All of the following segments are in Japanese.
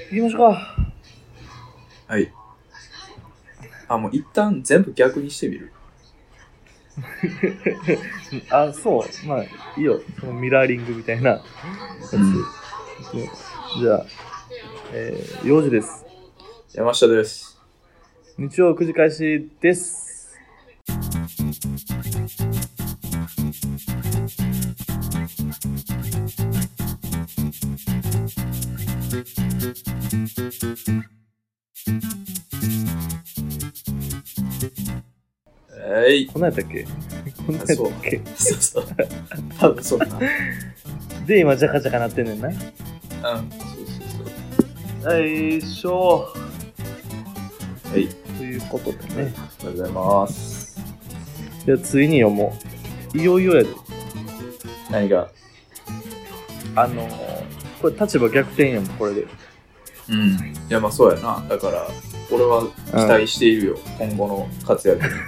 行きましょうか。 はい。もう一旦全部逆にしてみる。 あ、そう。まあ、いいよ。そのミラーリングみたいなやつ。じゃあ、幼児です。 山下です。 日曜9時開始です。こんなんやったっけ？こんなんやったっけ？ そう。多分そうな。 で、今、ジャカジャカなってんねんな。 そう。 はいしょ。 はい。 ということでね。 ありがとうございます。 いや、ついによ、もう。いよいよやで。 何が？ これ立場逆転やもん、これで。 うん。いや、まあそうやな。だから、俺は期待しているよ。今後の活躍に。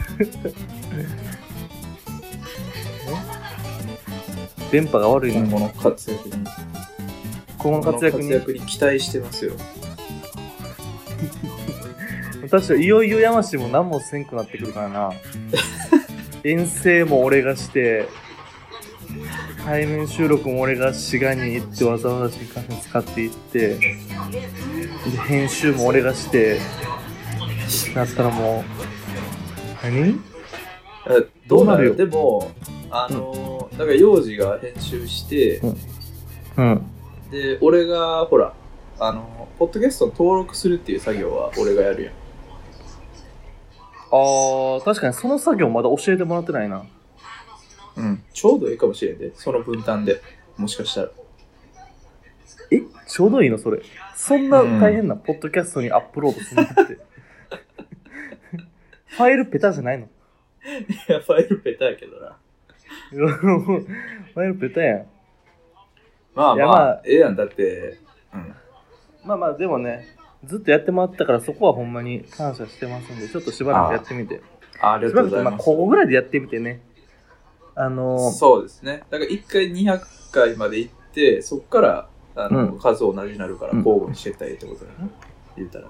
電波が悪い今後の活躍に。 今後の活躍に期待してますよ。 確かいよいよ山氏も何もせんくなってくるからな。遠征も俺がして、対面収録も俺が滋賀に行ってわざわざ新幹線使って行って、で編集も俺がしてなったらもうどうなるよ。でもだから幼児が編集して、で俺がほらポッドキャストに登録するっていう作業は俺がやるやん。 確かにその作業まだ教えてもらってないな。 ちょうどいいかもしれんで、その分担でもしかしたら。 ちょうどいいのそれ。そんな大変なポッドキャストにアップロードするのって。ファイルペタじゃないの？ いや、ファイルペタやけどな。 ファイルペタやん。 まあ、ええやん、だって、 まあ、でもね、ずっとやってもらったからそこはほんまに感謝してますんで、ちょっとしばらくやってみて。 ありがとうございます。 ここぐらいでやってみてね。 そうですね。だから1回200回まで行って、そっから数同じになるから交互にしてったらいいってことだな。言ったら。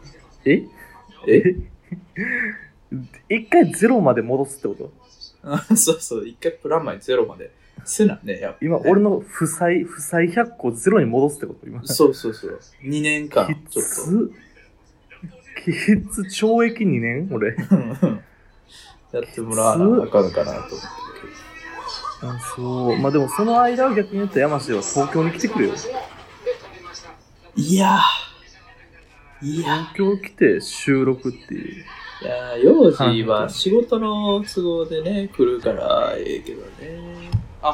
一回ゼロまで戻すってこと？ そう、一回プランマイゼロまでせなね、やっぱね。 今、俺の負債100個ゼロに戻すってこと今。 そう。2年間、ちょっと。 きつ、懲役2年俺。 やってもらわなあかんかなと思ってるけど。そう。まあでもその間は逆に言うと山氏は東京に来てくれよ。 いや東京来て収録っていう。 いや幼児は仕事の都合でね来るからええけどね。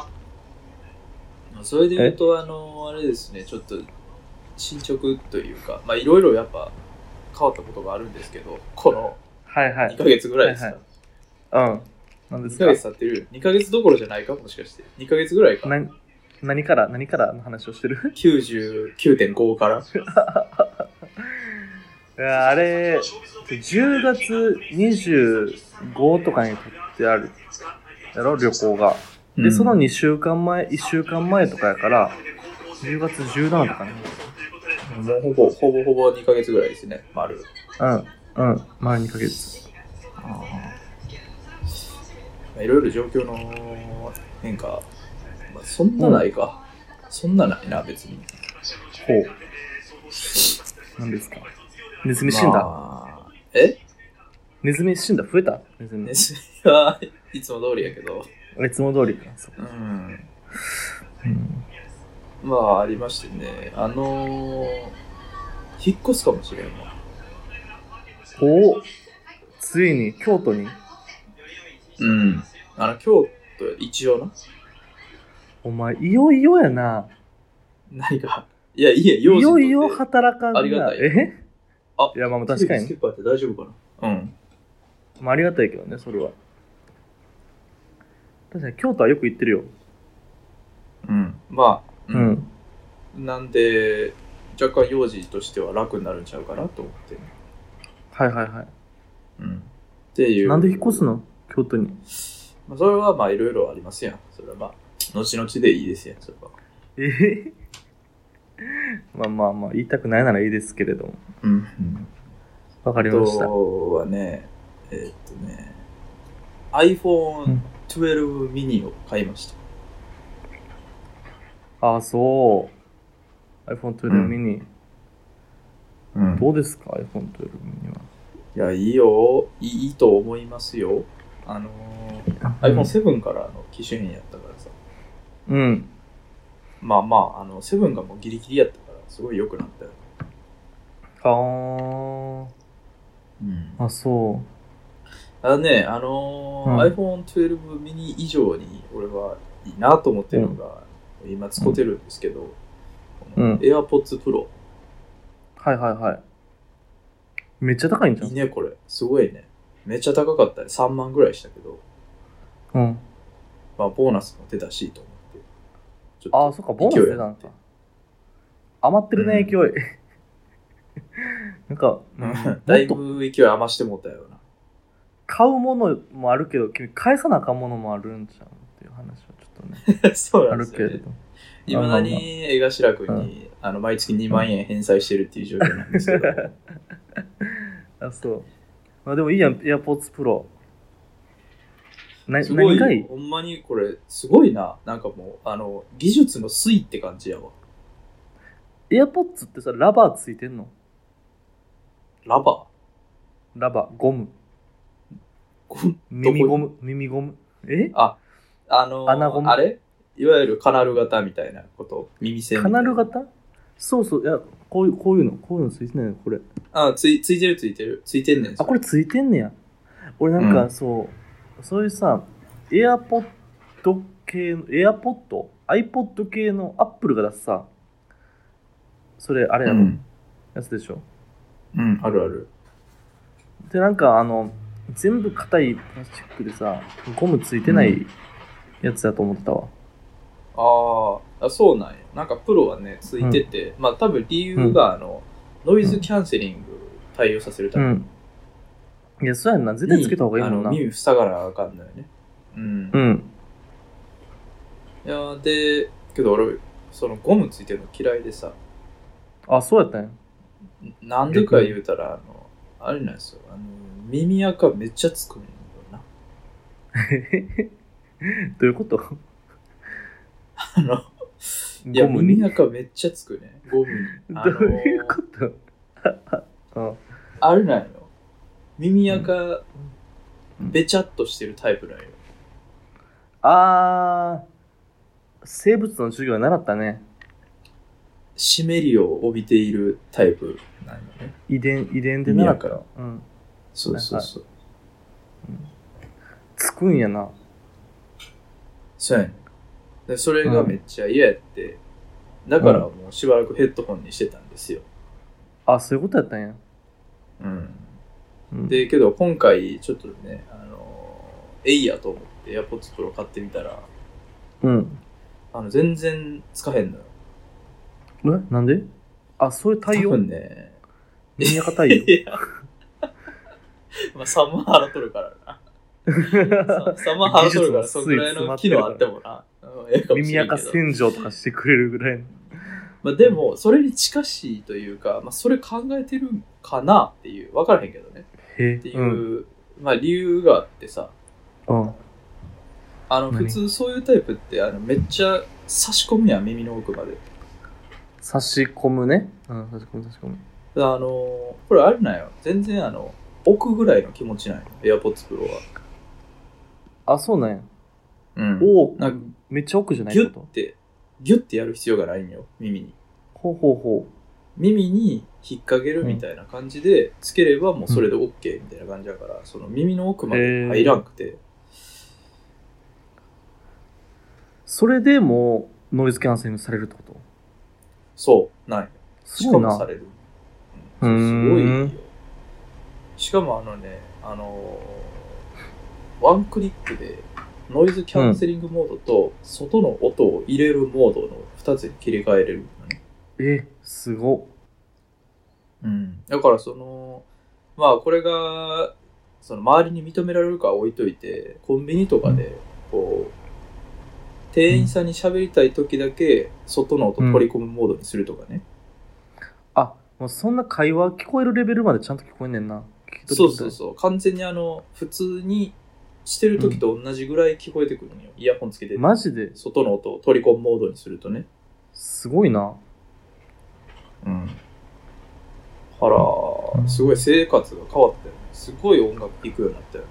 それで言うとあれですね、ちょっと進捗というか、まあいろいろやっぱ変わったことがあるんですけど、この2ヶ月ぐらいですか。 何ですか？ 2ヶ月経ってる。2ヶ月どころじゃないか、もしかして2ヶ月ぐらいか。 何からの話をしてる？ 99.5 からいやあれ10月25とかに取ってあるやろ、旅行が。で、その2週間前、1週間前とかやから、10月17とかね。 もうほぼ2ヶ月ぐらいですね、丸。 丸2ヶ月。 いろいろ状況の変化、そんなないか。そんなないな、別に。 何ですか？ネズミ死んだ？ネズミ死んだ？増えた？ネズミはいつも通りやけど。 いつも通りか。 まあ、ありましてね。引っ越すかもしれんわ。 ついに京都に？ 京都一応な。 お前、いよいよやな。 何が？いや、 いよいよ働かんな。 ありがたい。 いや、まあ確かに。 スキッパーって大丈夫かな？ まあありがたいけどね、それは。確かに京都はよく行ってるよ。 なんで、若干幼児としては楽になるんちゃうかなと思って。っていう。 なんで引っ越すの？京都に。 それはまあいろいろありますやん。それはまあ、後々でいいですやん、それは。 まあまあまあ、言いたくないならいいですけれども。 うん。 わかりました。 あとはね、iPhone 12 mini を買いました。 ああ、そう。iPhone 12 mini。どうですか iPhone 12 mini は。 いや、いいよ。いいと思いますよ。iPhone 7からの機種変やったからさ。 うん。 まあまあ、7がもうギリギリやったから、すごい良くなったよ。 あ、そう。 ね、iPhone 12 mini 以上に俺はいいなと思ってるのが、今使ってるんですけど、AirPods Pro。 はいはいはい。めっちゃ高いんじゃん。 いいね、これ。すごいね。めっちゃ高かったね。3万ぐらいしたけど。 うん。 まあ、ボーナスも出たしと思って。 ああ、そっか、ボーナス出たんか。余ってるね、勢い。なんか、 だいぶ勢い余してもったよな。 買うものもあるけど、君返さなあかんものもあるんじゃんっていう話はちょっとね。 そうなんですよ、ね。 あるけれど。 いまだに江頭君に、毎月2万円返済してるっていう状況なんですけど。 あ、そう。まあでもいいやん、AirPods Pro。 すごい、ほんまにこれ、すごいな。なんかもう、技術の粋って感じやわ。 AirPods ってさ、ラバーついてんの？ ラバー、ゴム。耳ゴム。 穴ゴム。あれいわゆるカナル型みたいなこと？耳栓みたいな。 カナル型？そうそう。いや、こういうのついてないのこれ。 ついてる。ついてんねん。 あ、これついてんねや。俺なんか、そういうさ、AirPod 系の、iPod 系の Apple が出すさ、それ、あれやろ、やつでしょ。 あるある。 で、なんか全部硬いプラスチックでさ、ゴムついてないやつだと思ってたわ。 そうなんや。なんかプロはね、ついてて、まあ多分理由がノイズキャンセリング対応させるために。 いや、そうやんな。絶対つけた方がいいもんな。 耳塞がらあかんのよね。いや、けど俺、そのゴムついてるの嫌いでさ。 あ、そうやったんや。 なんでか言うたら、あれなんですよ。耳垢めっちゃつくんよな。 どういうこといや、耳垢めっちゃつくね。ゴムに。 どういうことあれなんよ。耳垢、べちゃっとしてるタイプなんよ。 生物の授業で習ったね。 湿りを帯びているタイプなんよね。 遺伝で習った。 そう。 つくんやな。 そうやね。でそれがめっちゃ嫌やって、だからもうしばらくヘッドホンにしてたんですよ。 あ、そういうことやったんや。 で、けど今回ちょっとね、えいやと思って AirPods Pro 買ってみたら、全然つかへんのよ。 なんで？そういう対応？ 多分ね、 耳垢対応。 まあ3万払っとるからな。3万払っとるからそんぐらいの機能あってもな。 耳垢洗浄とかしてくれるぐらいの。 まあでも、それに近しいというか、まあそれ考えてるかなっていう、わからへんけどね。っていう、まあ理由があってさ。普通そういうタイプってめっちゃ差し込むやん、耳の奥まで。 差し込むね。差し込む。 これあれなんよ。全然奥ぐらいの気持ちなんよ。AirPods Pro は。そうなんや。めっちゃ奥じゃないこと？ ギュッてやる必要がないんよ、耳に。耳に引っ掛けるみたいな感じでつければもうそれで OK みたいな感じだから、その耳の奥まで入らんくて。 それでもうノイズキャンセリングされるってこと？ そう、ない。 しかもされる。すごいよ。しかもワンクリックでノイズキャンセリングモードと外の音を入れるモードの2つに切り替えれるのね。 すごっ。 だからまあこれが周りに認められるかは置いといて、コンビニとかでこう店員さんに喋りたい時だけ外の音取り込むモードにするとかね。 あ、もうそんな会話聞こえるレベルまでちゃんと聞こえんねんな。 そうそうそう。完全に普通にしてる時と同じぐらい聞こえてくるのよ。イヤホンつけて。 マジで外の音を取り込むモードにするとね。 すごいな。 うん。すごい生活が変わったよね。すごい音楽聴くようになったよね。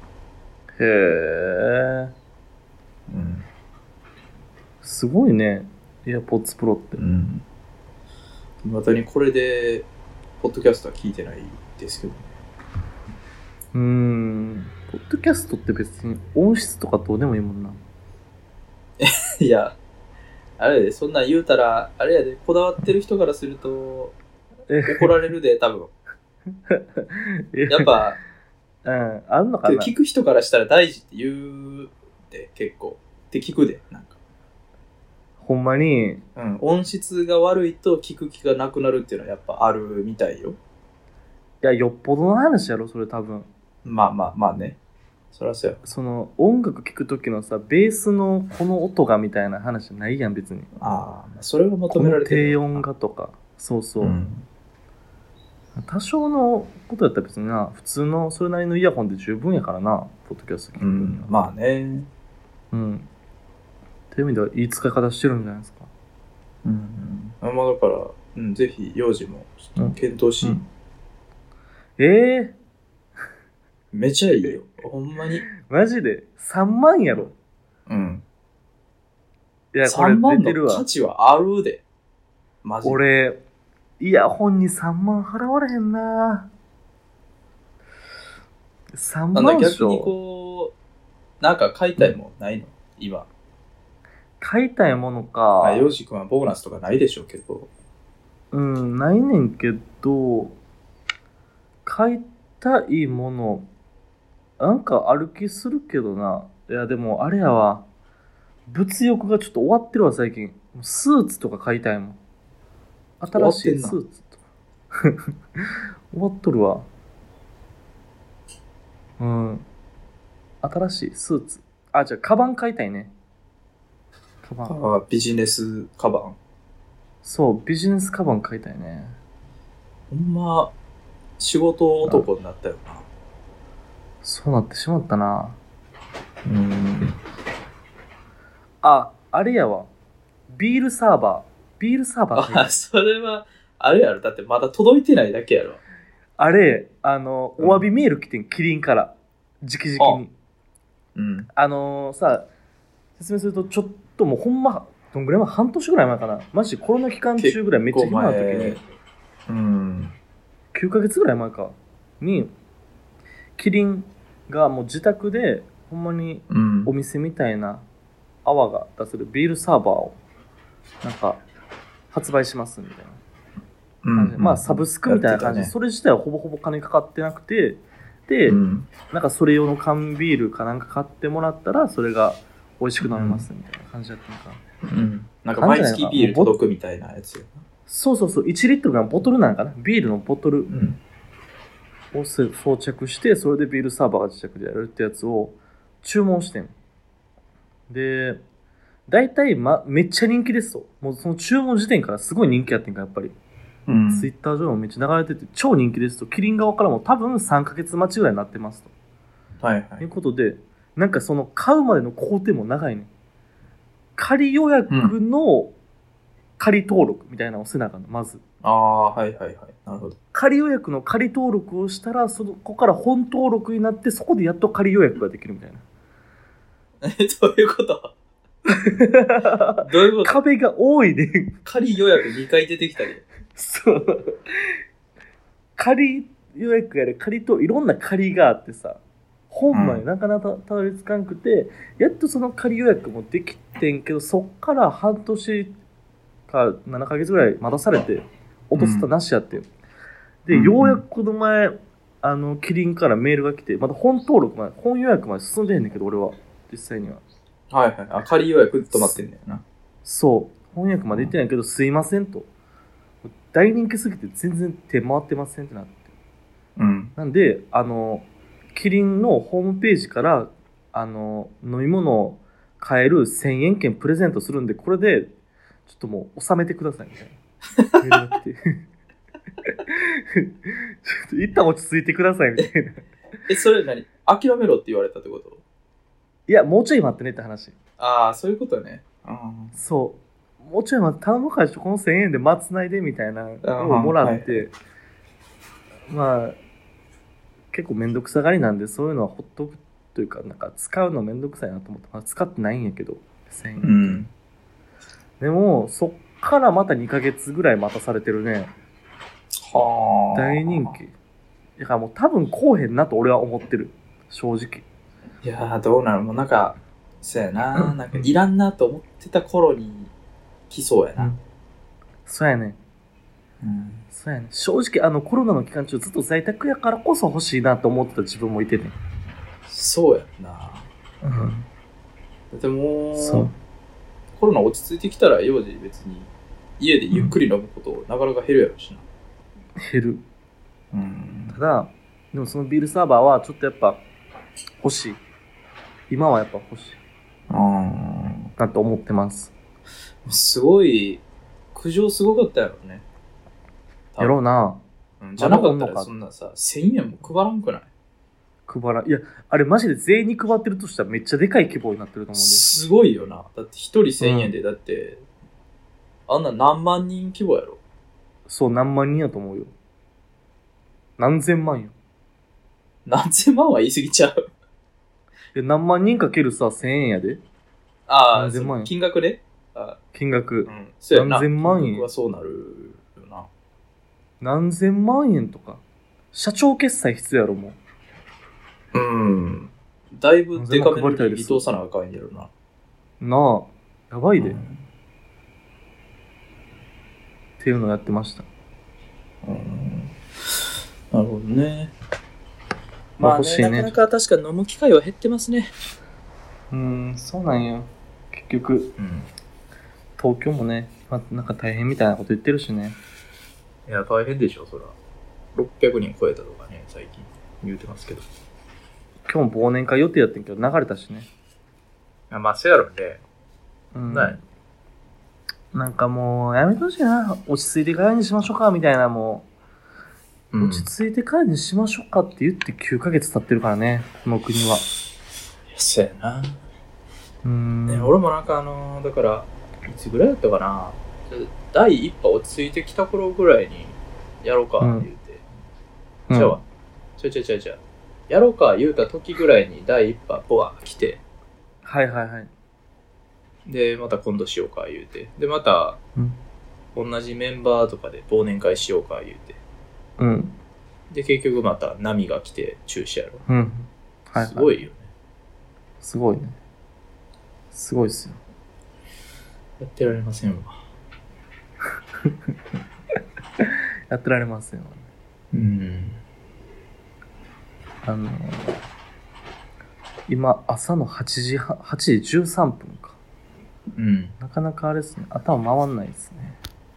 へえ。 うん。 すごいね。AirPods Pro って。 うん。またにこれで、ポッドキャストは聞いてないですけどね。 ポッドキャストって別に音質とかどうでもいいもんな。 いや、あれで、そんなん言うたら、あれやで、こだわってる人からすると、怒られるで、多分。やっぱ、 あんのかな。 聞く人からしたら大事って言うで、結構。って聞くで、なんか。 ほんまに。 音質が悪いと聞く気がなくなるっていうのはやっぱあるみたいよ。 いや、よっぽどの話やろ、それ多分。 まあね。そらそうや。 その音楽聴く時のさ、ベースのこの音がみたいな話じゃないやん、別に。 それは求められてる。 低音がとか。そうそう。多少のことやったら別にな、普通のそれなりのイヤホンで十分やからな、ポッドキャスト聞くには。 まあね。 っていう意味ではいい使い方してるんじゃないですか。 まあだから、ぜひ幼児もちょっと検討し。めちゃいいよ。ほんまに。 マジで3万やろ。 いや、これ出てるわ。3万の価値はあるで。マジで。 俺、イヤホンに3万払われへんな。3万でしょ。逆にこう、なんか買いたいもんないの今。 買いたいものか。 ヨウジ君はボーナスとかないでしょうけど。 ないねんけど、買いたいもの、なんかある気するけどな。いや、でもあれやわ。物欲がちょっと終わってるわ、最近。スーツとか買いたいもん。新しいスーツとか。終わっとるわ。新しいスーツ。じゃあ、カバン買いたいね。 カバン。ビジネスカバン。 そう、ビジネスカバン買いたいね。 ほんま、仕事男になったよな。 そうなってしまったな。あれやわ。ビールサーバー。 それは、あれやろ。だってまだ届いてないだけやろ。 あれ、お詫びメール来てん、キリンから。直々に。さ、説明すると、ちょっともうほんま、どんぐらい前、半年ぐらい前かな。マジコロナ期間中ぐらいめっちゃ暇な時に。9ヶ月ぐらい前か。に、キリンがもう自宅で、ほんまにお店みたいな泡が出せるビールサーバーを、なんか、発売しますみたいな感じで。まあ、サブスクみたいな感じで、それ自体はほぼほぼ金かかってなくて、で、なんかそれ用の缶ビールかなんか買ってもらったら、それが美味しく飲めますみたいな感じだったのか。 なんか毎月ビール届くみたいなやつよ。 そう、1リットルがボトルなんかな。ビールのボトルを装着して、それでビールサーバーが自宅でやるってやつを注文してん。で、大体、めっちゃ人気ですと。もうその注文時点からすごい人気やってんか、やっぱり。ツイッター上もめっちゃ流れてて、超人気ですと。キリン側からも多分3ヶ月待ちぐらいになってますと。いうことで、なんかその買うまでの工程も長いね。仮予約の仮登録みたいなのをせなあかんの、まず。 なるほど。 仮予約の仮登録をしたら、そこから本登録になって、そこでやっと仮予約ができるみたいな。 どういうことどういうこと？ 壁が多いで。 仮予約2回出てきたり。 そう。仮予約やで、いろんな仮があってさ、ほんまになかなかたどり着かんくて、やっとその仮予約もできてんけど、そっから半年か7ヶ月ぐらい待たされて、落とすたなしやって。で、ようやくこの前、キリンからメールが来て、まだ本予約まで進んでへんねんけど、俺は。実際には。 仮予約止まってんだよな。 そう。翻訳まで行ってないけど、すいませんと。大人気すぎて全然手回ってませんってなって。なんで、キリンのホームページから、飲み物買える1000円券プレゼントするんで、これで、ちょっともう納めてくださいみたいな。メールが来て。ちょっと一旦落ち着いてくださいみたいな。 それ何諦めろって言われたってこと？ いや、もうちょい待ってねって話。 ああ、そういうことね。 そう。もうちょい待って、頼むからこの1000円で待つないでみたいなのをもらって、まあ、結構めんどくさがりなんで、そういうのはほっとくというか、なんか使うのめんどくさいなと思って、まあ、使ってないんやけど、1000円。 うん。 でも、そっからまた2ヶ月ぐらい待たされてるね。 はあ。 大人気。だからもう多分こうへんなと俺は思ってる。正直。 いやー、どうなるもうなんか、そうやな。なんかいらんなと思ってた頃に来そうやな。 そうやね。そうやね。正直コロナの期間中ずっと在宅やからこそ欲しいなと思ってた自分もいてね。 そうやんな。でもコロナ落ち着いてきたら幼児別に家でゆっくり飲むことなかなか減るやろしな。 減る。ただ、でもそのビールサーバーはちょっとやっぱ欲しい。今はやっぱ欲しい。なと思ってます。 すごい、苦情すごかったやろね。 やろうな。 じゃなかったらそんなさ、1000円も配らんくない？ 配らん。いや、あれマジで全員に配ってるとしたらめっちゃでかい規模になってると思うんで。 すごいよな。だって1人1000円で、だって、あんな何万人規模やろ。 そう、何万人やと思うよ。何千万よ。 何千万は言い過ぎちゃう。 何万人かけるさ、1000円やで。 ああ、金額で？ 金額。 そうやな。 何千万円。 金額はそうなるよな。 何千万円とか。社長決済必要やろ、もう。だいぶデカめに見通さなあかんやろな。 なあ、やばいで。っていうのをやってました。 なるほどね。まあね、なかなか確か飲む機会は減ってますね。 そうなんよ。結局、東京もね、なんか大変みたいなこと言ってるしね。 いや、大変でしょ、そら。600人超えたとかね、最近言うてますけど。 今日も忘年会予定やってんけど、流れたしね。 まあ、そうやろね。 なんかもう、やめてほしいな。落ち着いてからにしましょうか、みたいな、もう。落ち着いてからにしましょうかって言って9ヶ月経ってるからね、この国は。 そうやな。ね、俺もなんかだから、いつぐらいだったかな。第一波落ち着いてきた頃ぐらいに、やろうかって言って。じゃあ、ちゃう。やろうか言うた時ぐらいに第一波ボワー来て。 はいはいはい。 で、また今度しようか言うて。で、また、同じメンバーとかで忘年会しようか言うて。で、結局また波が来て中止やろ。すごいよね。 すごいね。すごいっすよ。 やってられませんわ。 やってられませんわ。今、朝の8時13分か。なかなかあれですね。頭回んないですね。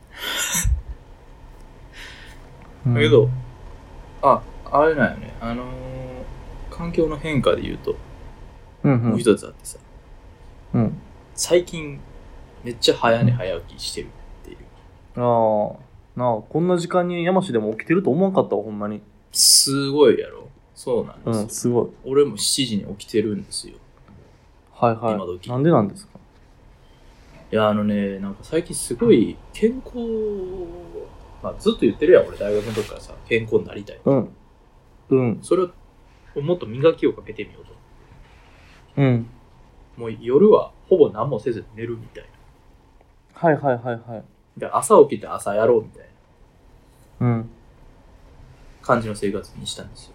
だけど、あれなんよね。環境の変化で言うと、もう一つあってさ、最近めっちゃ早寝早起きしてるっていう。 こんな時間に山市でも起きてると思わんかったわ、ほんまに。 すごいやろ。そうなんですよ。 すごい。 俺も7時に起きてるんですよ。 はいはい。今時。なんでなんですか？ いや、なんか最近すごい健康、ずっと言ってるやん、俺大学の時からさ、健康になりたい。それをもっと磨きをかけてみようと。もう夜はほぼ何もせず寝るみたいな。はいはいはいはい。 で、朝起きて朝やろうみたいな。感じの生活にしたんですよ。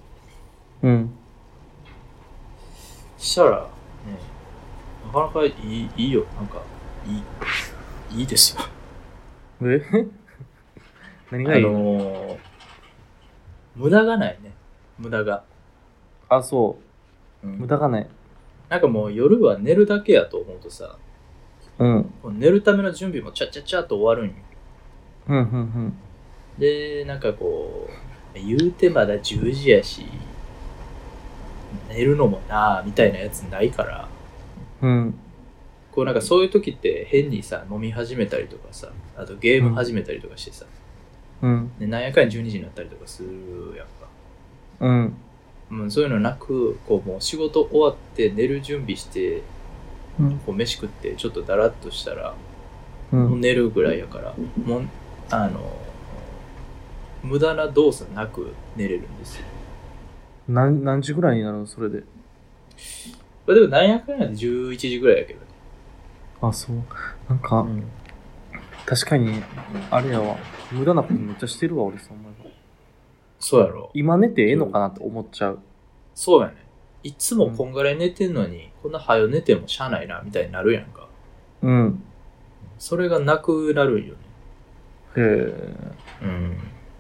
したら、ね、なかなかいいよ。なんか、いいですよ。何がいいの？無駄がないね。無駄が。 そう。無駄がない。 なんかもう夜は寝るだけやと思うとさ、寝るための準備もちゃっと終わるんよ。で、なんかこう、言うてまだ10時やし、寝るのもなぁ、みたいなやつないから、 うん。 こうなんかそういう時って変にさ、飲み始めたりとかさ、あとゲーム始めたりとかしてさ、 うん。 でなんやかんや12時になったりとかするやんか。 うん。 うん、そういうのなく、こうもう仕事終わって寝る準備して、 うん。 こう飯食ってちょっとだらっとしたら、もううん。 寝るぐらいやから、もう、無駄な動作なく寝れるんですよ。 何時ぐらいになるのそれで。 まあでもなんやかんやで11時ぐらいやけどね。 あ、そう。なんか、 うん。 確かに、あれやわ。無駄なことめっちゃしてるわ、俺、そう思えば。 そうやろ。 今寝てええのかなって思っちゃう。 そうやね。いつもこんぐらい寝てんのに、こんな早寝てもしゃあないな、みたいになるやんか。 うん。 それがなくなるんよね。 へえ。 うん。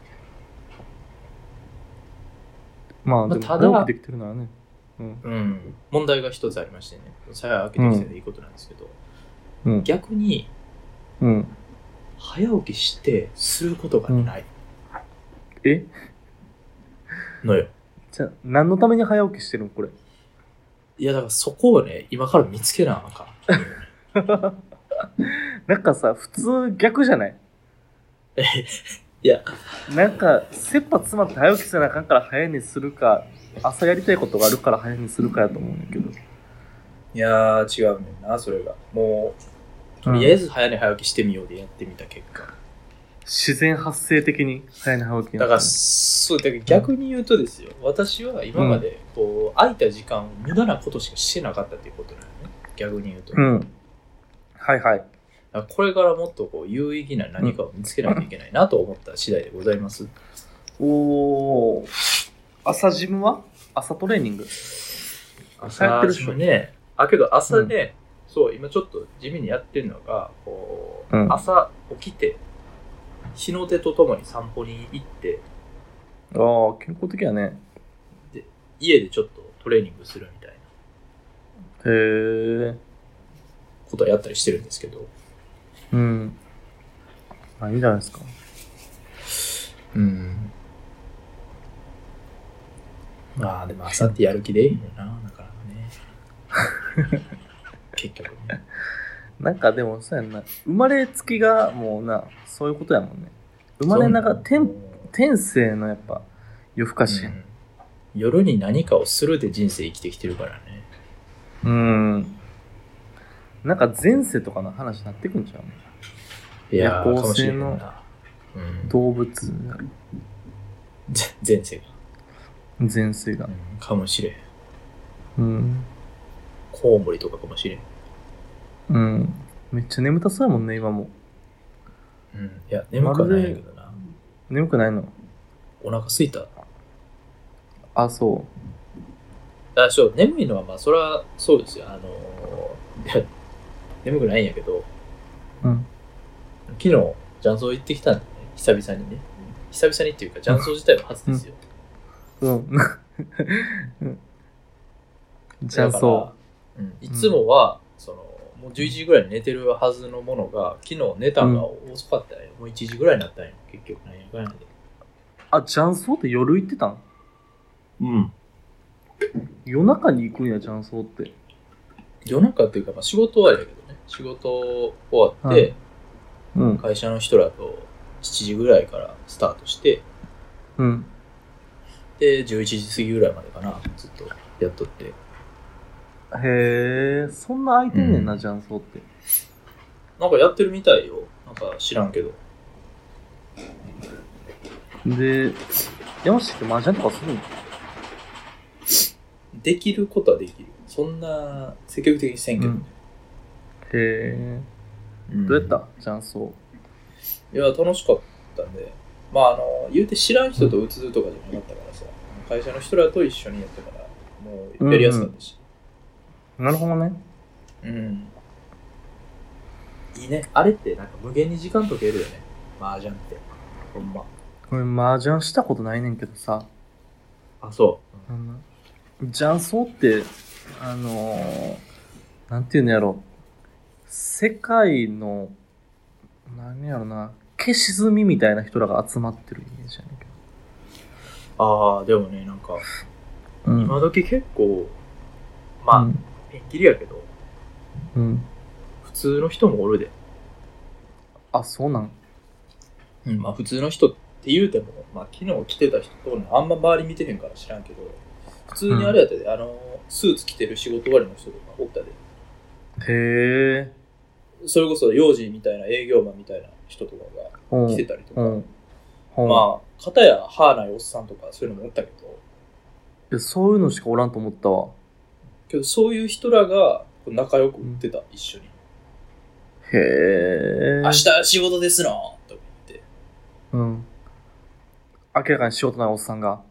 まあ、 まあ、 でも、 ただ、 早起きできてるならね。うん。 うん、問題が一つありましてね。さや開けてきていいことなんですけど、 うん。 逆に、 うん。 早起きしてすることがないえのよ。 じゃあ、何のために早起きしてるのこれ。 いや、だからそこをね、今から見つけなあかん。 なんかさ、普通逆じゃないいや、 なんか、切羽詰まって早起きせなあかんから早寝するか、朝やりたいことがあるから早寝するかやと思うんだけど。 いやー、違うねんな、それが。もう、とりあえず早寝早起きしてみようでやってみた結果。 自然発生的に早寝早起きになっただから、そう、だから逆に言うとですよ、私は今まで、こう、空いた時間を無駄なことしかしてなかったっていうことなのね。逆に言うと。 うん。はいはい。 だからこれからもっとこう有意義な何かを見つけないといけないなと思った次第でございます。 おー。朝ジムは朝トレーニング朝やってるっしょね。けど朝ね、そう、今ちょっと地味にやってるのが、こう、朝起きて、日の出とともに散歩に行って、 ああ、健康的やね。 で、家でちょっとトレーニングするみたいなへえ。 ことをやったりしてるんですけど。 うん。まあいいんじゃないですか。 うん。まあでも朝ってやる気でいいよな、だからね。結局ね。 なんかでもそうやんな。生まれつきがもうな、そういうことやもんね。生まれながら天性のやっぱ夜更かしやん。 夜に何かをするで人生生きてきてるからね。 なんか前世とかの話になってくんちゃう？ いや夜行性の動物、 前世が。 前世が。 かもしれん。コウモリとかかもしれん。 めっちゃ眠たそうやもんね、今も。 いや、眠くはないんやけどな。 眠くないの？ お腹すいた。 あ、そう。 そう、眠いのはまあ、それはそうですよ。いや、眠くないんやけど、昨日、雀荘行ってきたんだね。久々にね。久々にっていうか、雀荘自体は初ですよ。 雀荘。 いつもは、もう11時ぐらいに寝てるはずのものが、昨日寝たのが遅かったよ。もう1時ぐらいになったんよ。結局、なんやかんやで。 あ、雀荘って夜行ってたん？夜中に行くんや、雀荘って。 夜中っていうか、まあ、仕事終わりやけどね。仕事終わって、会社の人らと7時ぐらいからスタートして、で、11時過ぎぐらいまでかな、ずっとやっとって。 へえ、そんな空いてんねんな、雀荘って。 なんかやってるみたいよ。なんか知らんけど。 で、山下って麻雀とかするの？ できることはできる。そんな積極的にせんけどね。 へえ。どうやった雀荘？ いや、楽しかったんで。まあ、言うて知らん人と打つとかじゃなかったからさ、会社の人らと一緒にやってから、もうやりやすかったし。 なるほどね。 いいね。あれってなんか無限に時間解けるよね。麻雀って。ほんま。 これ麻雀したことないねんけどさ。 あ、そう。 雀荘って、なんていうんやろ。世界の、何やろな、消し積みみたいな人らが集まってるイメージやねんけど。でもね、なんか、今時結構、まあ、ペンキリやけど、 うん。 普通の人もおるで。 あ、そうなん。 うん、まあ普通の人って言うても、まあ昨日来てた人とあんま周り見てへんから知らんけど、普通にあれやったで、スーツ着てる仕事終わりの人とかおったで。 へえ。 それこそ幼児みたいな営業マンみたいな人とかが来てたりとか、まあ、片や歯ないおっさんとかそういうのもおったけど、 いや、そういうのしかおらんと思ったわ。 けどそういう人らが仲良く売ってた、一緒に。 へえ。 明日仕事ですのとか言って。 うん。明らかに仕事ないおっさんが。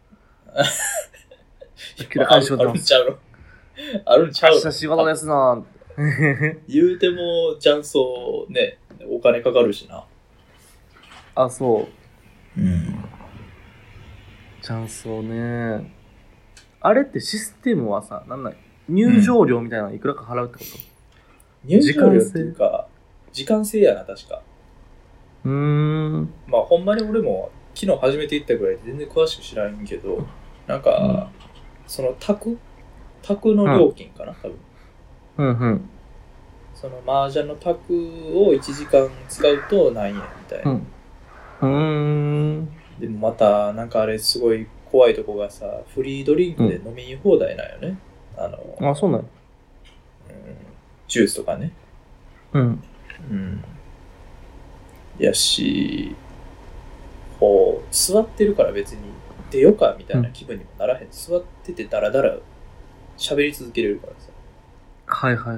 明らかに仕事ないおっさん。 あるんちゃうの。 明日仕事ですの。 言うても、雀荘ね、お金かかるしな。 あ、そう。 うん。 雀荘ね。あれってシステムはさ、なんなん入場料みたいなのいくらか払うってこと、 入場料っていうか、時間制やな、確か。まあ、ほんまに俺も昨日初めて行ったぐらいで全然詳しく知らんけど、なんか、その宅の料金かな、多分。 うんうん。 その麻雀の卓を1時間使うと何円みたいな。でもまた、なんかあれすごい怖いとこがさ、フリードリンクで飲み放題なんよね。 あ、そうなの？ ジュースとかね。 うん。 やし、こう、座ってるから別に出ようかみたいな気分にもならへん。座っててダラダラ喋り続けれるからさ。 はいはいはい。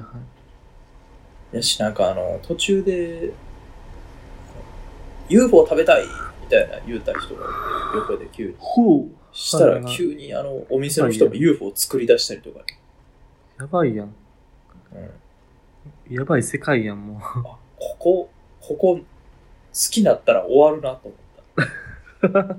やし、なんか途中で、UFO 食べたいみたいな言うた人が横で急に。したら急にお店の人が UFO を作り出したりとか。 やばいやん。やばい世界やん、もう。 あ、ここ好きだったら終わるなと思った。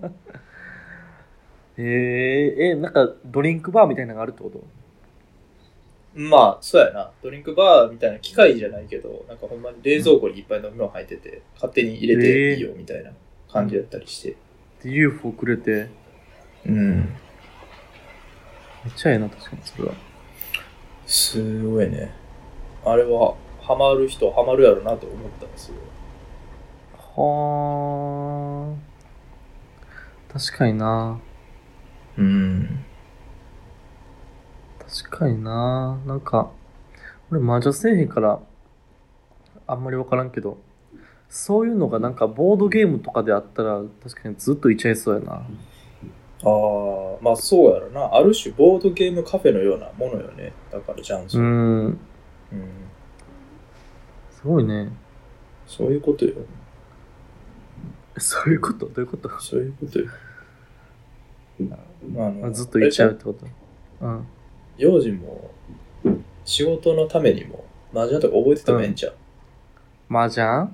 なんかドリンクバーみたいなのがあるってこと？ まあ、そうやな。ドリンクバーみたいな機械じゃないけど、なんかほんまに冷蔵庫にいっぱい飲み物入ってて、勝手に入れていいよみたいな感じだったりして。 で、UFO くれて。 うん。 めっちゃええな、確かにそれは。 すごいね。あれは、ハマる人ハマるやろなと思ったんですよ。 はあ。確かにな。 うん。 確かにな。なんか、俺魔女せえへんから、あんまりわからんけど、そういうのがなんかボードゲームとかであったら、確かにずっといちゃいそうやな。 ああ、まあそうやろな。ある種ボードゲームカフェのようなものよね。だからジャンソン。 すごいね。 そういうことよ。 そういうこと？どういうこと？ そういうことよ。 ずっといっちゃうってこと？ 幼児も仕事のためにも麻雀とか覚えててもええんちゃう？ 麻雀？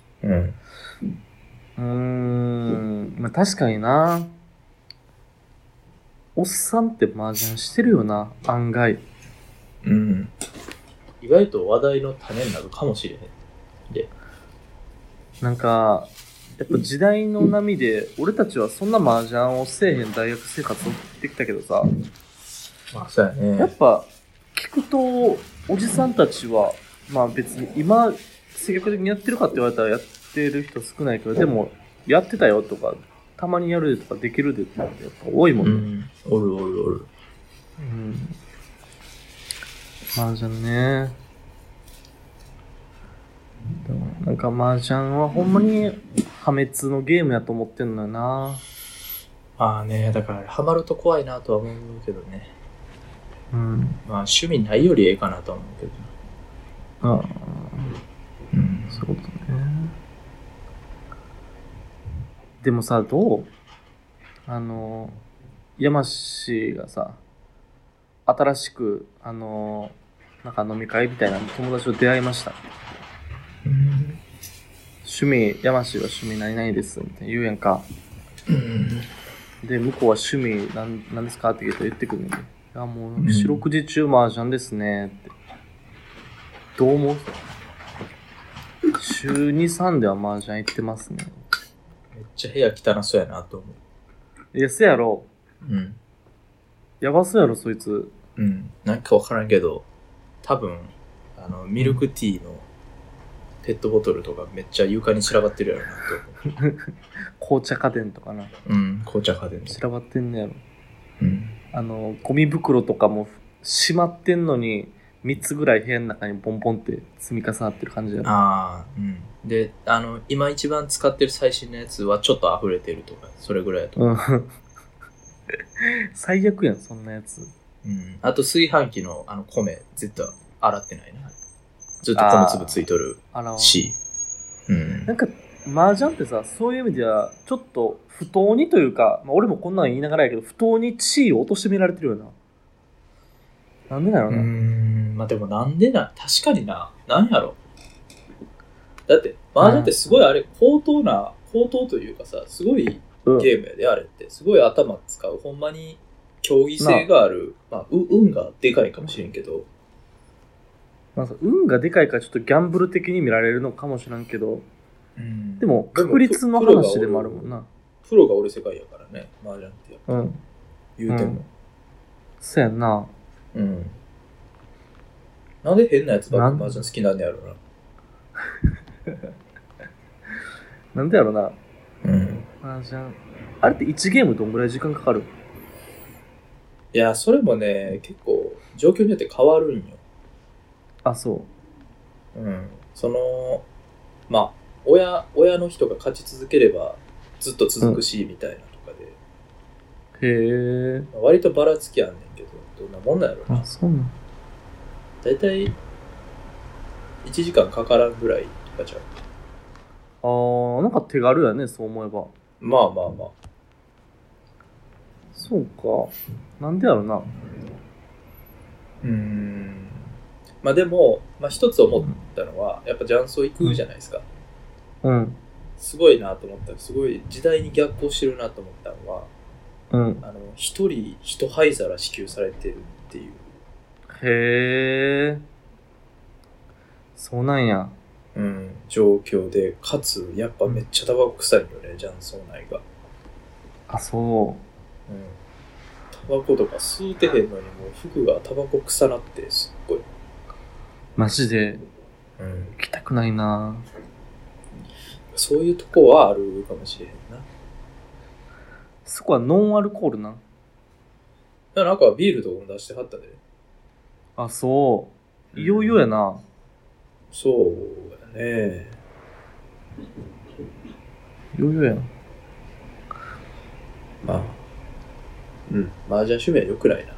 まあ確かにな。おっさんって麻雀してるよな、案外。 意外と話題の種になるかもしれへん。で、 なんか、やっぱ時代の波で、俺たちはそんな麻雀をせえへん大学生活を送ってきたけどさ、 まあそうやね。 やっぱ聞くと、おじさんたちは、まあ別に今、積極的にやってるかって言われたらやってる人少ないけど、でも、やってたよとか、たまにやるでとかできるでってやっぱ多いもんね。 おる。 麻雀ね。でもなんか麻雀はほんまに破滅のゲームやと思ってんのよな。 まあね、だからハマると怖いなとは思うけどね。まあ趣味ないよりええかなとは思うけど。 そういうことね。でもさ、どう？山氏がさ、新しく、なんか飲み会みたいな友達と出会いました。趣味、山氏は趣味何々ですみたいな言うやんか。で、向こうは趣味何ですかって言ってくるのに。いや、もう、四六時中麻雀ですねって。どう思う？週2、3では麻雀行ってますね。 めっちゃ部屋汚そうやなと思う。 いや、せやろ。やばそうやろ、そいつ。 なんかわからんけど、多分、 ミルクティーのペットボトルとかめっちゃ床に散らばってるやろなと思う。 紅茶家電とかな。 うん、紅茶家電散らばってんねやろ。 うん。 ゴミ袋とかも閉まってんのに、3つぐらい部屋の中にボンボンって積み重なってる感じやろ。 ああ、うん。で、今一番使ってる最新のやつはちょっと溢れてるとか、それぐらいやと思う。 うん。最悪やん、そんなやつ。 うん。あと炊飯器の米、絶対洗ってないな。ずっと米粒ついとるし。うん。 なんか、麻雀ってさ、そういう意味では、ちょっと不当にというか、まあ、俺もこんなん言いながらやけど、不当に地位を貶められてるよな。なんでだろうな。 まあでもなんでな、確かにな、なんやろ。だって、麻雀ってすごいあれ、高等というかさ、すごいゲームやで、あれって。すごい頭使う。ほんまに競技性がある。まあ、運がでかいかもしれんけど。 まあ、運がでかいからちょっとギャンブル的に見られるのかもしれんけど、でも確率の話でもあるもんな。 プロがおる世界やからね、麻雀ってやっぱ、言うても。 そうやんな。 うん。なんで変なやつばっか麻雀好きなんやろな。 なんでやろな。 うん。 麻雀。あれって1ゲームどんぐらい時間かかる？ いや、それもね、結構状況によって変わるんよ。 あ、そう。 うん。まあ、親の人が勝ち続ければずっと続くし、みたいなとかで。 へえ。 割とばらつきあんねんけど、どんなもんなんやろな。 あ、そうなん。 だいたい1時間かからんぐらいとかちゃう。 なんか手軽やね、そう思えば。 まあまあまあ。 そうか。なんでやろな。 まあでも、一つ思ったのは、やっぱ雀荘行くじゃないですか。 うん。 すごいなと思ったら、すごい時代に逆行してるなと思ったのは、 うん。 一人一灰皿支給されてるっていう。 へえ。そうなんや。 うん、状況で、かつ、やっぱめっちゃタバコ臭いよね、雀荘内が。 あ、そう。 タバコとか吸うてへんのに、もう服がタバコ臭なって、すっごい。 マジで、行きたくないな。 そういうとこはあるかもしれへんな。 そこはノンアルコールな。 なんかビールとかも出してはったで。 あ、そう。いよいよやな。 そうやね。 いよいよやん。 まあ。麻雀趣味は良くないな。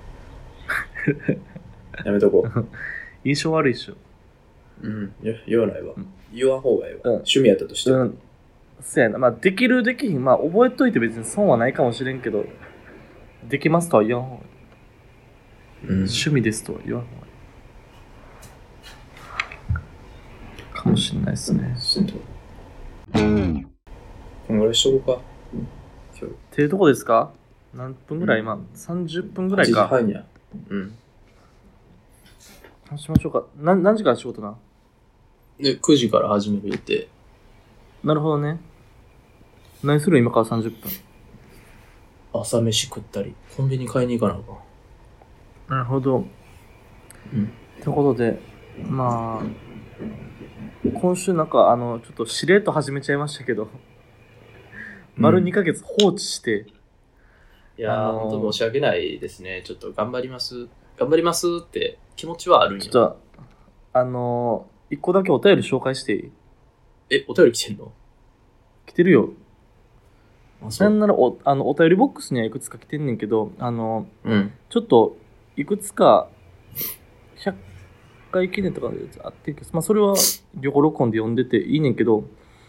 やめとこう。 印象悪いっしょ。 言わないわ。言わん方がいいわ。趣味やったとしても。 そうやな。まあ、できるできひん。まあ、覚えといて別に損はないかもしれんけど、できますとは言わん方がいい。趣味ですとは言わん方がいい。かもしれないですね。 こんぐらいしとこうか。今日。 っていうとこですか？何分ぐらい今、30分ぐらいか。 8時半や。 話しましょうか。何時から仕事な？ で、9時から始める予定。 なるほどね。何する今から30分。 朝飯食ったり、コンビニ買いに行かなあかん。 なるほど。ということで、まあ、今週なんか、ちょっとしれっと始めちゃいましたけど、丸2ヶ月放置して、 いやー、本当申し訳ないですね。ちょっと頑張りますって気持ちはあるんよ。 ちょっと、一個だけお便り紹介していい？ お便り来てんの？ 来てるよ。 そうなんならお便りボックスにはいくつか来てんねんけど、ちょっと、いくつか、100回記念とかのやつあってんけど、まあ、それは、旅行録音で読んでていいねんけど、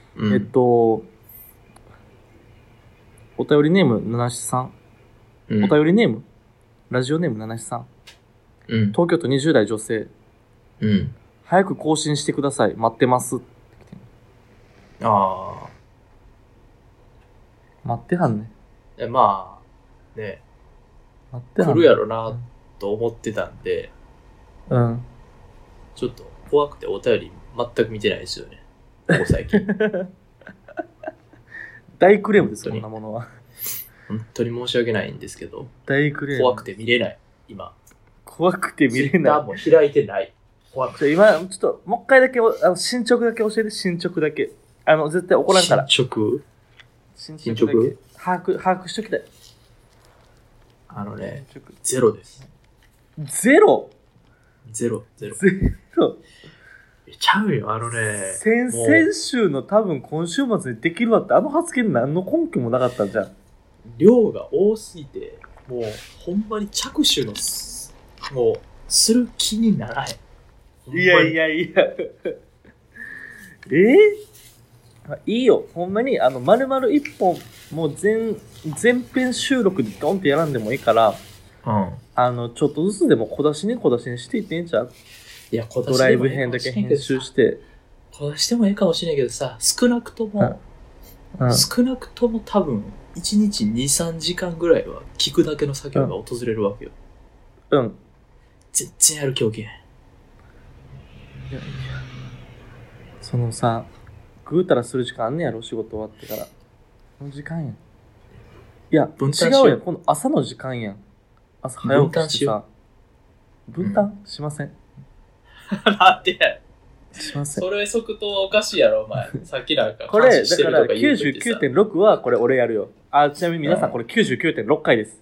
お便りネーム、七七さん。お便りネーム、ラジオネーム、七七さん。東京都20代女性。早く更新してください。待ってます。 ああ。 待ってはんね。 まあ、ね。 待ってはんね。 来るやろな、と思ってたんで、ちょっと怖くてお便り全く見てないですよね。ここ最近。 大クレームです、そんなものは。 本当に申し訳ないんですけど、 大クレーム。 怖くて見れない、今。 怖くて見れない。 Twitter も開いてない。 怖く今、ちょっと、もう一回だけ、進捗だけ教えて、進捗だけ。絶対怒らんから。 進捗進捗だけ。把握しときたい。 ゼロです。 ゼロゼロ。 ゼロちゃうよ、 先々週の多分今週末にできるわって、発言何の根拠もなかったんじゃん。 量が多すぎて、もう、ほんまに着手のもう、する気にならへん。 いや。いいよ。ほんまに、丸々一本、もう全編収録でドンってやらんでもいいから、ちょっとずつでも小出しにしていっていいんちゃう？ いや、 ドライブ編だけ編集して。 小出してもいいかもしれないけどさ、少なくとも多分、1日2、3時間ぐらいは聞くだけの作業が訪れるわけよ。 うん。 全然やる気起きへん。 そのさ、ぐうたらする時間あんねやろ、仕事終わってから。この時間やん。いや、違うやん。この朝の時間やん。朝早起きしてさ。分担しません。 なんでやしません。 それ即答おかしいやろ、お前。さっきなんかこれ、だから 99.6 はこれ俺やるよ。ちなみに皆さんこれ 99.6 回です。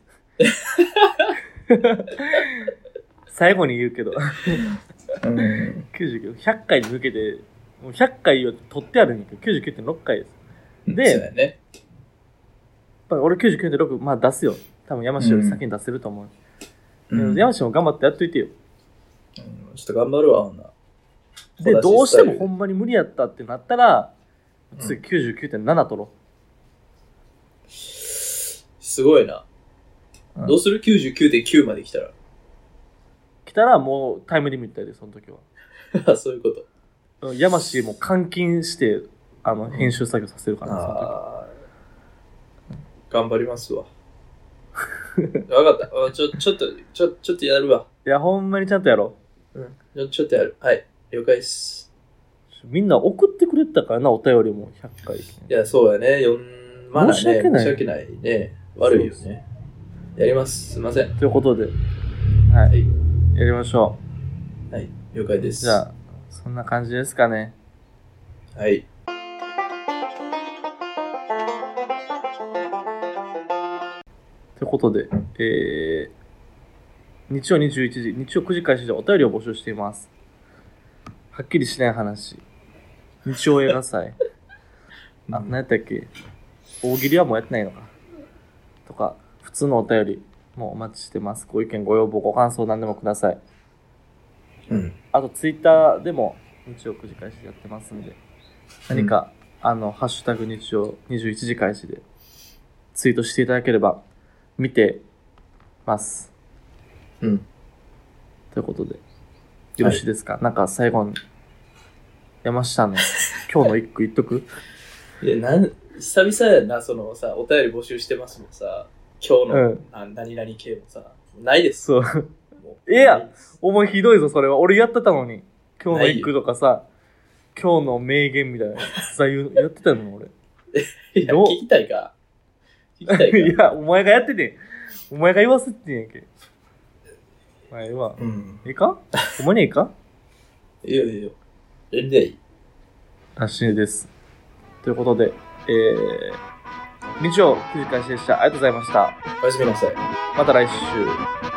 最後に言うけど。99、100回に向けて、もう100回を取ってあるんだけど、99.6 回です。で、 そうだよね、 俺 99.6、まあ出すよ。多分山氏より先に出せると思う。山氏も頑張ってやっといてよ。 ちょっと頑張るわ、ほんな。 で、どうしてもほんまに無理やったってなったら、次 99.7 取ろう。すごいな。どうする ?99.9 まで来たら。 来たらもうタイムリミットやで、その時は。そういうこと。 山氏も監禁して、編集作業させるから、その時。頑張りますわ。わかった。ちょっとやるわ。 いや、ほんまにちゃんとやろう。ちょっとやる。はい。了解です。 みんな送ってくれたからな、お便りも100回。いや、そうやね。まだね、申し訳ないね。悪いよね。やります。すいません。 ということで、はい。やりましょう。はい。了解です。 じゃあ、そんな感じですかね。 はい。 ということで、日曜21時、日曜9時開始でお便りを募集しています。はっきりしない話。日曜映画祭。何やったっけ？大喜利はもうやってないのか。とか、普通のお便りもお待ちしてます。ご意見、ご要望、ご感想何でもください。あと、ツイッターでも日曜9時開始やってますんで、何か、ハッシュタグ日曜21時開始でツイートしていただければ見てます。ということで、よろしいですか？なんか最後に、山下の今日の一句言っとく？ いや、久々やな、そのさ、お便り募集してますもんさ、今日の、何々系もさ、ないです。 そう。いや、お前ひどいぞ、それは。俺やってたのに。今日の一句とかさ、今日の名言みたいな。さ、やってたの俺。 いや、聞きたいか。 いや、お前がやってて。お前が言わせてんやんけ。まあ、いいわ。いいか？お前にいいか？ いいよ、いいよ。全然いい。 らしいです。ということで、日曜9時開始でした。ありがとうございました。 おやすみなさい。 また来週。